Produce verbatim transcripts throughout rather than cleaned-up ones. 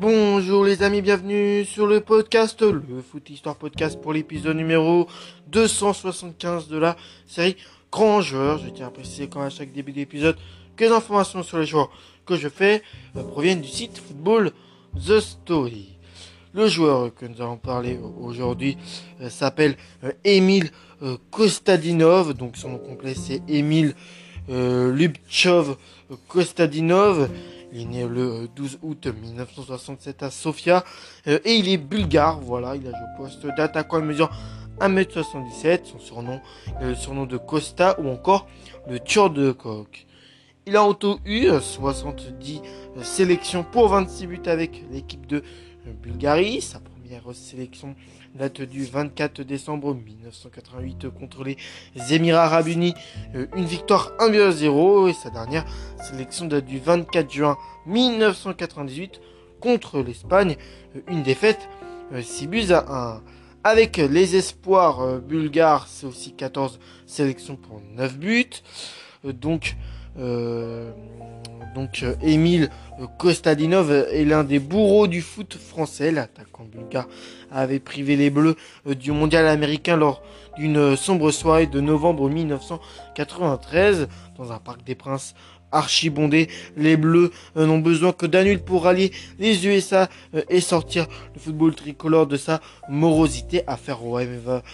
Bonjour les amis, bienvenue sur le podcast, le Foot Histoire Podcast pour l'épisode numéro deux cent soixante-quinze de la série Grand Joueur. Je tiens à préciser comme à chaque début d'épisode que les informations sur les joueurs que je fais euh, proviennent du site Football The Story. Le joueur que nous allons parler aujourd'hui euh, s'appelle euh, Emil euh, Kostadinov, donc son nom complet c'est Emil euh, Lubchov Kostadinov. Il est né le douze août mille neuf cent soixante-sept à Sofia euh, et il est bulgare. Voilà, il a joué au poste d'attaquant, il mesure un mètre soixante-dix-sept. Son surnom est le surnom de Costa ou encore le tueur de coq. Il a en tout eu soixante-dix euh, sélections pour vingt-six buts avec l'équipe de euh, Bulgarie. Sa première sélection date du vingt-quatre décembre mille neuf cent quatre-vingt-huit contre les Émirats Arabes Unis. Euh, une victoire un but à zéro et sa dernière sélection date du vingt-quatre juin mille neuf cent quatre-vingt-dix-huit contre l'Espagne. Euh, une défaite euh, six buts à un. Avec les espoirs euh, bulgares, c'est aussi quatorze sélections pour neuf buts. Euh, donc, euh, donc euh, Emil Kostadinov est l'un des bourreaux du foot français. L'attaquant bulgare avait privé les Bleus euh, du mondial américain lors d'une sombre soirée de novembre mille neuf cent quatre-vingt-treize dans un parc des Princes archibondé. Les Bleus euh, n'ont besoin que d'un nul pour rallier les U S A euh, et sortir le football tricolore de sa morosité. Affaire au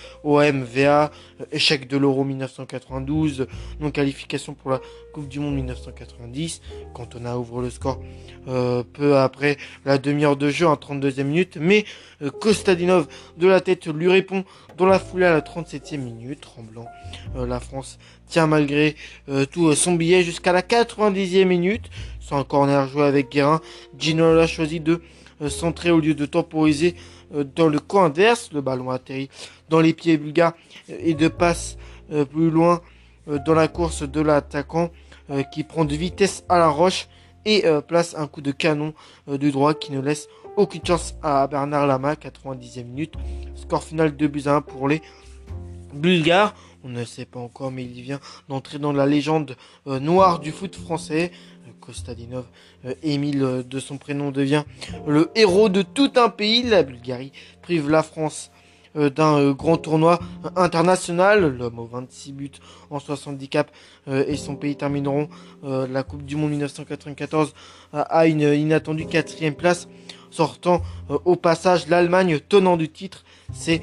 M V A, euh, échec de l'Euro mille neuf cent quatre-vingt-douze, non qualification pour la Coupe du Monde mille neuf cent quatre-vingt-dix. Cantona ouvre le score euh, peu après la demi-heure de jeu en trente-deuxième minute, mais euh, Kostadinov de la tête lui répond dans la foulée à la trente-septième minute. Tremblant, euh, la France tient malgré euh, tout son billet jusqu'à la quatre-vingt-dixième minute. Sans un corner joué avec Guérin, Ginola a choisi de euh, centrer au lieu de temporiser euh, dans le camp adverse. Le ballon atterrit dans les pieds bulgares euh, et de passe euh, plus loin euh, dans la course de l'attaquant euh, qui prend de vitesse à la roche et euh, place un coup de canon euh, de droit qui ne laisse aucune chance à Bernard Lama. Quatre-vingt-dixième minute, score final deux buts à un pour les Bulgares. On ne sait pas encore, mais il vient d'entrer dans la légende euh, noire du foot français. Euh, Kostadinov, euh, Emile euh, de son prénom, devient le héros de tout un pays. La Bulgarie prive la France euh, d'un euh, grand tournoi euh, international. L'homme aux vingt-six buts en soixante-dix caps euh, et son pays termineront euh, la Coupe du Monde mille neuf cent quatre-vingt-quatorze euh, à une inattendue quatrième place, sortant euh, au passage l'Allemagne tenant du titre. C'est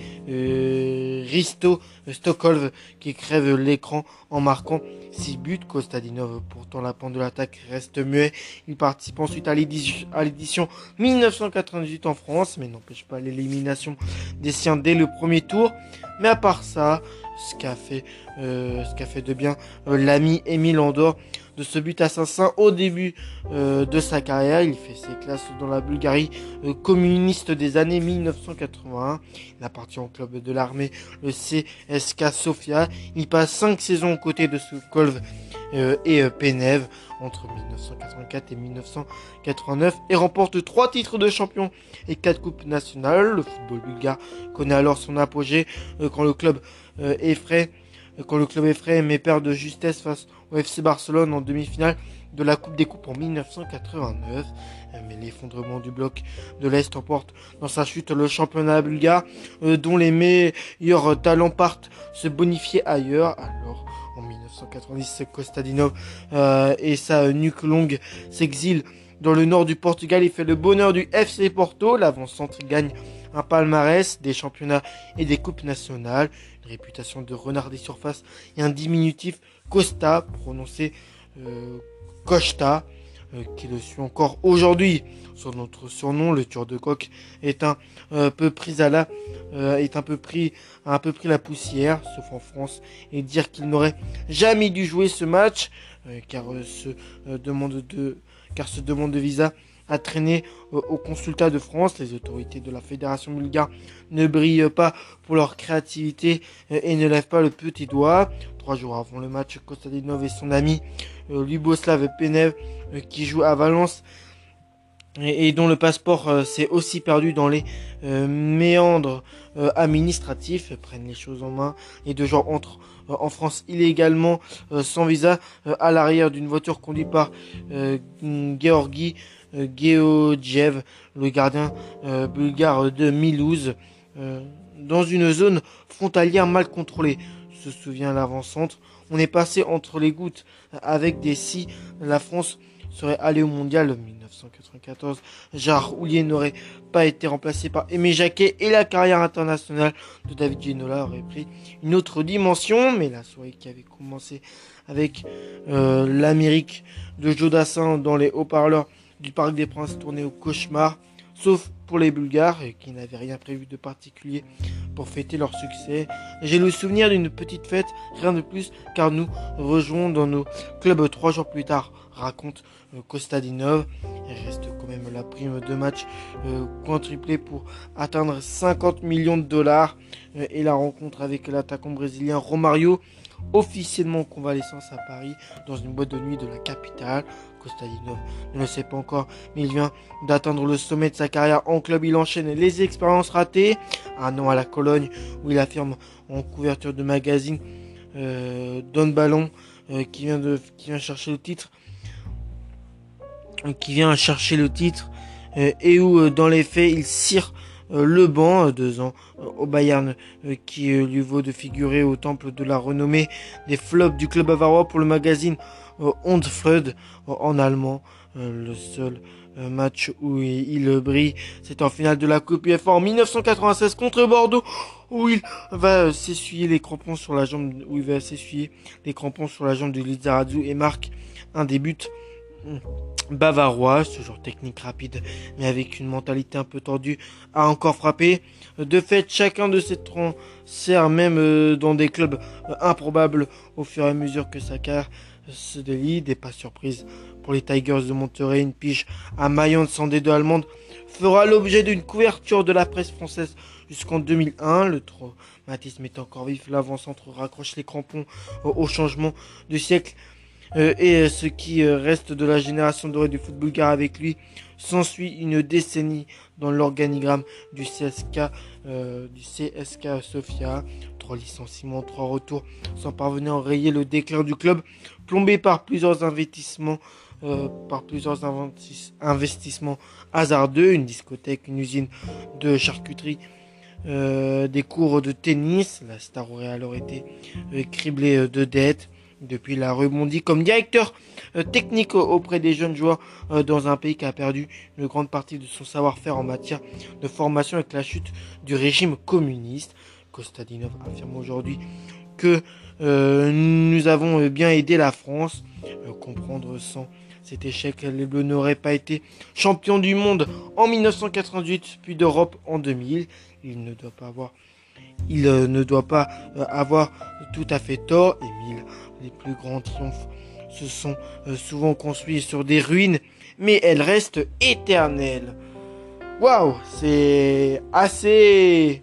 euh, Risto Stockholm qui crève l'écran en marquant six buts. Kostadinov, pourtant la pente de l'attaque, reste muet. Il participe ensuite à l'édition, à l'édition mille neuf cent quatre-vingt-dix-huit en France, mais n'empêche pas l'élimination des siens dès le premier tour. Mais à part ça, ce qu'a fait, euh, ce qu'a fait de bien euh, l'ami Émile Andor de ce but assassin au début euh, de sa carrière. Il fait ses classes dans la Bulgarie euh, communiste des années mille neuf cent quatre-vingt-un. Il appartient au club de l'armée, le C S K Sofia. Il passe cinq saisons aux côtés de Sokolov euh, et euh, Penev entre mille neuf cent quatre-vingt-quatre et mille neuf cent quatre-vingt-neuf et remporte trois titres de champion et quatre coupes nationales. Le football bulgare connaît alors son apogée euh, quand le club euh, effraie quand le club effraie mais perd de justesse face au F C Barcelone en demi-finale de la Coupe des Coupes en mille neuf cent quatre-vingt-neuf. Mais l'effondrement du bloc de l'Est emporte dans sa chute le championnat bulgare, euh, dont les meilleurs talents partent se bonifier ailleurs. Alors, en mille neuf cent quatre-vingt-dix, Kostadinov euh, et sa nuque longue s'exilent dans le nord du Portugal. Il fait le bonheur du F C Porto. L'avant-centre gagne un palmarès, des championnats et des coupes nationales. Une réputation de renard des surfaces et un diminutif Costa, prononcé euh, Costa, euh, qui le suit encore aujourd'hui. Son autre surnom, le tueur de coq, est un euh, peu pris à la, euh, est un peu pris, a un peu pris la poussière, sauf en France, et dire qu'il n'aurait jamais dû jouer ce match, euh, car euh, ce euh, demande de, car ce demande de visa a traîné euh, au consulat de France. Les autorités de la fédération bulgare ne brillent pas pour leur créativité euh, et ne lèvent pas le petit doigt. Trois jours avant le match, Kostadinov et son ami euh, Luboslav Penev, euh, qui joue à Valence et, et dont le passeport euh, s'est aussi perdu dans les euh, méandres euh, administratifs, euh, prennent les choses en main et deux jours entrent euh, en France illégalement euh, sans visa euh, à l'arrière d'une voiture conduite par euh, Georgi euh, Georgiev, le gardien euh, bulgare de Mulhouse, euh, dans une zone frontalière mal contrôlée. Se souvient l'avant-centre. On est passé entre les gouttes avec des si la France serait allée au mondial dix-neuf cent quatre-vingt-quatorze. Gérard Houllier n'aurait pas été remplacé par Aimé Jacquet et la carrière internationale de David Ginola aurait pris une autre dimension. Mais la soirée qui avait commencé avec euh, l'Amérique de Joe Dassin dans les haut-parleurs du Parc des Princes tournait au cauchemar, sauf pour les Bulgares qui n'avaient rien prévu de particulier pour fêter leur succès. J'ai le souvenir d'une petite fête, rien de plus, car nous rejoignons dans nos clubs trois jours plus tard, raconte euh, Kostadinov. Il reste quand même la prime de match euh, quintuplée pour atteindre cinquante millions de dollars euh, et la rencontre avec l'attaquant brésilien Romario, officiellement en convalescence à Paris dans une boîte de nuit de la capitale. Kostadinov ne le sait pas encore, mais il vient d'atteindre le sommet de sa carrière en club. Il enchaîne les expériences ratées. Un an à la Cologne où il affirme en couverture de magazine euh, Don Ballon euh, qui vient de qui vient chercher le titre qui vient chercher le titre euh, et où euh, dans les faits il cire euh, le banc, euh, deux ans euh, au Bayern euh, qui euh, lui vaut de figurer au temple de la renommée des flops du club bavarois pour le magazine euh, Ondflöd euh, en allemand. Euh, le seul euh, match où il, il brille, c'est en finale de la Coupe UEFA en dix-neuf cent quatre-vingt-seize contre Bordeaux, où il va euh, s'essuyer les crampons sur la jambe, où il va s'essuyer les crampons sur la jambe de Lizarazu et marque un des buts bavarois. Ce genre technique rapide mais avec une mentalité un peu tordue a encore frappé. De fait, chacun de ces transferts, même euh, dans des clubs euh, improbables au fur et à mesure que sa carrière se délie, des pas surprises pour les Tigers de Monterrey, une pige à Mayence sans des deux allemandes fera l'objet d'une couverture de la presse française jusqu'en deux mille un. Le traumatisme est encore vif, l'avant-centre raccroche les crampons euh, au changement de siècle. Euh, et euh, ce qui euh, reste de la génération dorée du foot bulgare avec lui. S'ensuit une décennie dans l'organigramme du C S K, euh, du C S K Sofia. Trois licenciements, trois retours, sans parvenir à enrayer le déclin du club, plombé par plusieurs investissements, euh, par plusieurs investissements hasardeux, une discothèque, une usine de charcuterie, euh, des cours de tennis. La star aurait alors été euh, criblée de dettes. Depuis, il a rebondi comme directeur euh, technique auprès des jeunes joueurs euh, dans un pays qui a perdu une grande partie de son savoir-faire en matière de formation avec la chute du régime communiste. Kostadinov affirme aujourd'hui que euh, nous avons bien aidé la France. Euh, comprendre sans cet échec, les Bleus n'auraient pas été champions du monde en dix-neuf cent quatre-vingt-huit, puis d'Europe en deux mille. Il ne doit pas avoir, il euh, ne doit pas euh, avoir tout à fait tort. Émile, les plus grands triomphes se sont euh, souvent construits sur des ruines, mais elles restent éternelles. Waouh, c'est assez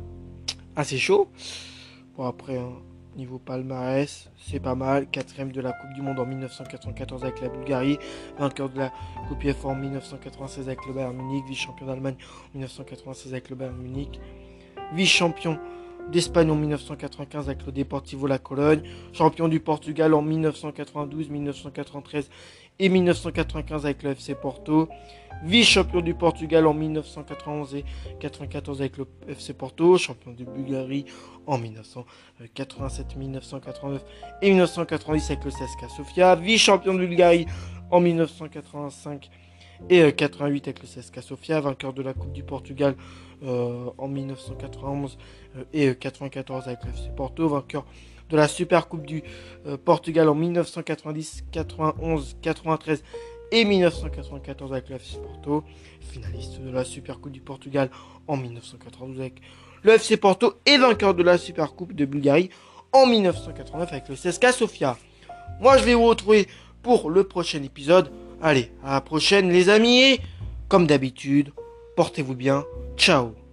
assez chaud. Bon, après, hein, niveau palmarès, c'est pas mal. Quatrième de la Coupe du Monde en dix-neuf cent quatre-vingt-quatorze avec la Bulgarie. Vainqueur de la Coupe UEFA en dix-neuf cent quatre-vingt-seize avec le Bayern Munich. Vice-champion d'Allemagne en dix-neuf cent quatre-vingt-seize avec le Bayern Munich. Vice-champion d'Espagne en dix-neuf cent quatre-vingt-quinze avec le Deportivo La Cologne. Champion du Portugal en dix-neuf cent quatre-vingt-douze, dix-neuf cent quatre-vingt-treize et dix-neuf cent quatre-vingt-quinze avec le F C Porto. Vice-champion du Portugal en dix-neuf cent quatre-vingt-onze et quatre-vingt-quatorze avec le F C Porto. Champion de Bulgarie en dix-neuf cent quatre-vingt-sept, dix-neuf cent quatre-vingt-neuf et dix-neuf cent quatre-vingt-dix avec le C S K Sofia. Vice-champion de Bulgarie en dix-neuf cent quatre-vingt-cinq et quatre-vingt-huit avec le C S K Sofia. Vainqueur de la Coupe du Portugal euh, en dix-neuf cent quatre-vingt-onze euh, et quatre-vingt-quatorze avec le F C Porto. Vainqueur de la Super Coupe du euh, Portugal en dix-neuf cent quatre-vingt-dix, quatre-vingt-onze, quatre-vingt-treize et dix-neuf cent quatre-vingt-quatorze avec le F C Porto. Finaliste de la Super Coupe du Portugal en dix-neuf cent quatre-vingt-douze avec le F C Porto et vainqueur de la Super Coupe de Bulgarie en dix-neuf cent quatre-vingt-neuf avec le C S K Sofia. Moi, je vais vous retrouver pour le prochain épisode. Allez, à la prochaine les amis et comme d'habitude, portez-vous bien. Ciao.